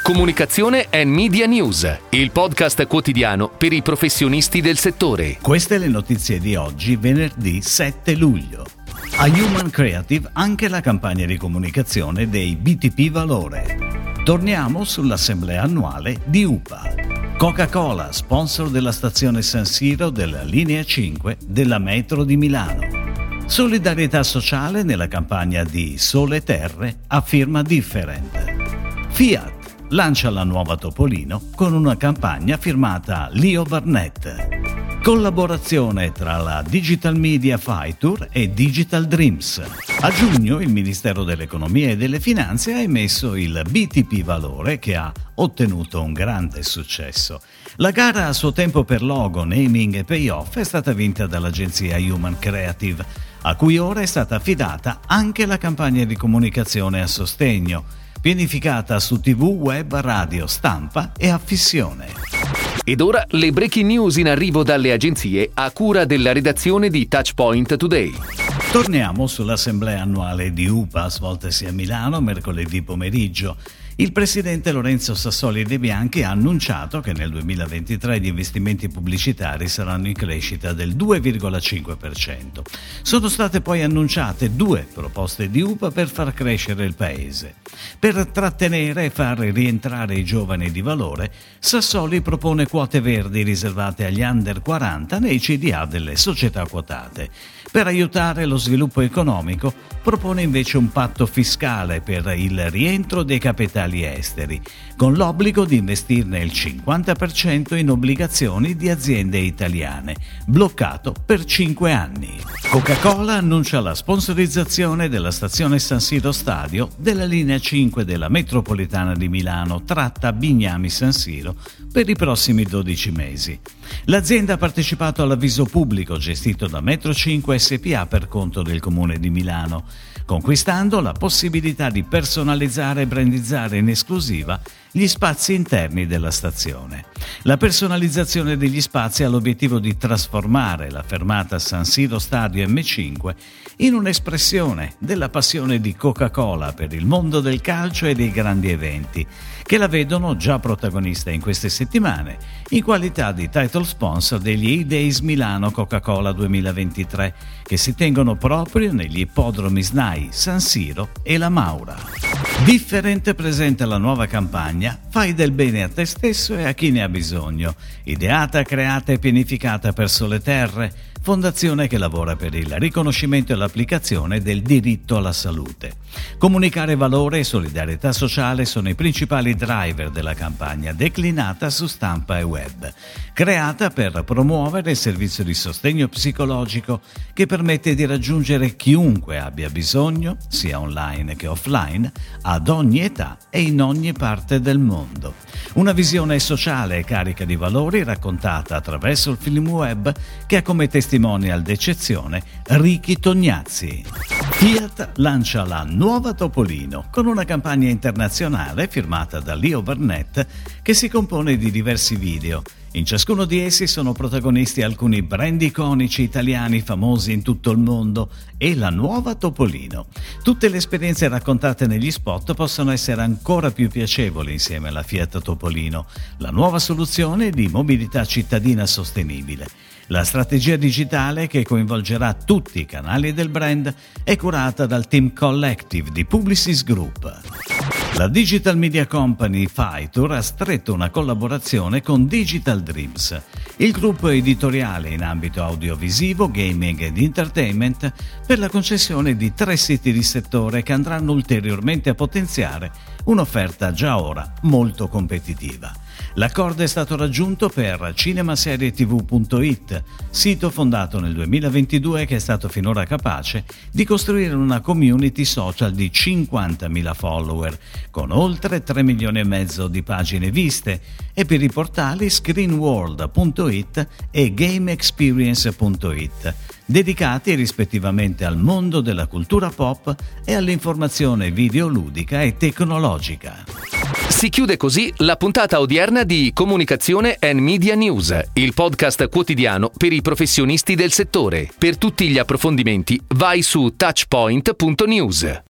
Comunicazione and Media News, il podcast quotidiano per i professionisti del settore. Queste le notizie di oggi, venerdì 7 luglio. A Human Creative anche la campagna di comunicazione dei BTP Valore. Torniamo sull'assemblea annuale di UPA. Coca-Cola, sponsor della stazione San Siro della linea 5 della metro di Milano. Solidarietà sociale nella campagna di Sole Terre a firma Different. Fiat lancia la nuova Topolino con una campagna firmata Leo Burnett. Collaborazione tra la Digital Media Fightur e Digital Dreams. A giugno il Ministero dell'Economia e delle Finanze ha emesso il BTP Valore, che ha ottenuto un grande successo. La gara a suo tempo per logo, naming e payoff è stata vinta dall'agenzia Human Creative, a cui ora è stata affidata anche la campagna di comunicazione a sostegno, pianificata su TV, web, radio, stampa e affissione. Ed ora le breaking news in arrivo dalle agenzie a cura della redazione di Touchpoint Today. Torniamo sull'assemblea annuale di UPA svoltasi a Milano mercoledì pomeriggio. Il presidente Lorenzo Sassoli De Bianchi ha annunciato che nel 2023 gli investimenti pubblicitari saranno in crescita del 2,5%. Sono state poi annunciate 2 proposte di UPA per far crescere il paese. Per trattenere e far rientrare i giovani di valore, Sassoli propone quote verdi riservate agli under 40 nei CDA delle società quotate. Per aiutare lo sviluppo economico, propone invece un patto fiscale per il rientro dei capitali esteri, con l'obbligo di investirne il 50% in obbligazioni di aziende italiane, bloccato per 5 anni. Coca-Cola annuncia la sponsorizzazione della stazione San Siro Stadio della linea 5 della metropolitana di Milano, tratta Bignami-San Siro, per i prossimi 12 mesi. L'azienda ha partecipato all'avviso pubblico gestito da Metro 5 SPA per conto del Comune di Milano, conquistando la possibilità di personalizzare e brandizzare in esclusiva gli spazi interni della stazione. La personalizzazione degli spazi ha l'obiettivo di trasformare la fermata San Siro Stadio M5 in un'espressione della passione di Coca-Cola per il mondo del calcio e dei grandi eventi, che la vedono già protagonista in queste settimane in qualità di title sponsor degli E-Days Milano Coca-Cola 2023, che si tengono proprio negli ippodromi SNAI, San Siro e La Maura. Different presenta la nuova campagna Fai del bene a te stesso e a chi ne ha bisogno, ideata, creata e pianificata per Sole Terre, fondazione che lavora per il riconoscimento e l'applicazione del diritto alla salute. Comunicare valore e solidarietà sociale sono i principali driver della campagna, declinata su stampa e web, creata per promuovere il servizio di sostegno psicologico che permette di raggiungere chiunque abbia bisogno, sia online che offline, ad ogni età e in ogni parte del mondo. Una visione sociale e carica di valori raccontata attraverso il film web che ha come testimonial d'eccezione Ricky Tognazzi. Fiat lancia la nuova Topolino con una campagna internazionale firmata da Leo Burnett che si compone di diversi video. In ciascuno di essi sono protagonisti alcuni brand iconici italiani famosi in tutto il mondo e la nuova Topolino. Tutte le esperienze raccontate negli spot possono essere ancora più piacevoli insieme alla Fiat Topolino, la nuova soluzione di mobilità cittadina sostenibile. La strategia digitale, che coinvolgerà tutti i canali del brand, è curata dal team Collective di Publicis Group. La Digital Media Company Fightur ha stretto una collaborazione con Digital Dreams, il gruppo editoriale in ambito audiovisivo, gaming ed entertainment, per la concessione di 3 siti di settore che andranno ulteriormente a potenziare un'offerta già ora molto competitiva. L'accordo è stato raggiunto per cinemaserietv.it, sito fondato nel 2022 che è stato finora capace di costruire una community social di 50.000 follower, con oltre 3 milioni e mezzo di pagine viste, e per i portali screenworld.it e gameexperience.it, dedicati rispettivamente al mondo della cultura pop e all'informazione videoludica e tecnologica. Si chiude così la puntata odierna di Comunicazione and Media News, il podcast quotidiano per i professionisti del settore. Per tutti gli approfondimenti vai su touchpoint.news.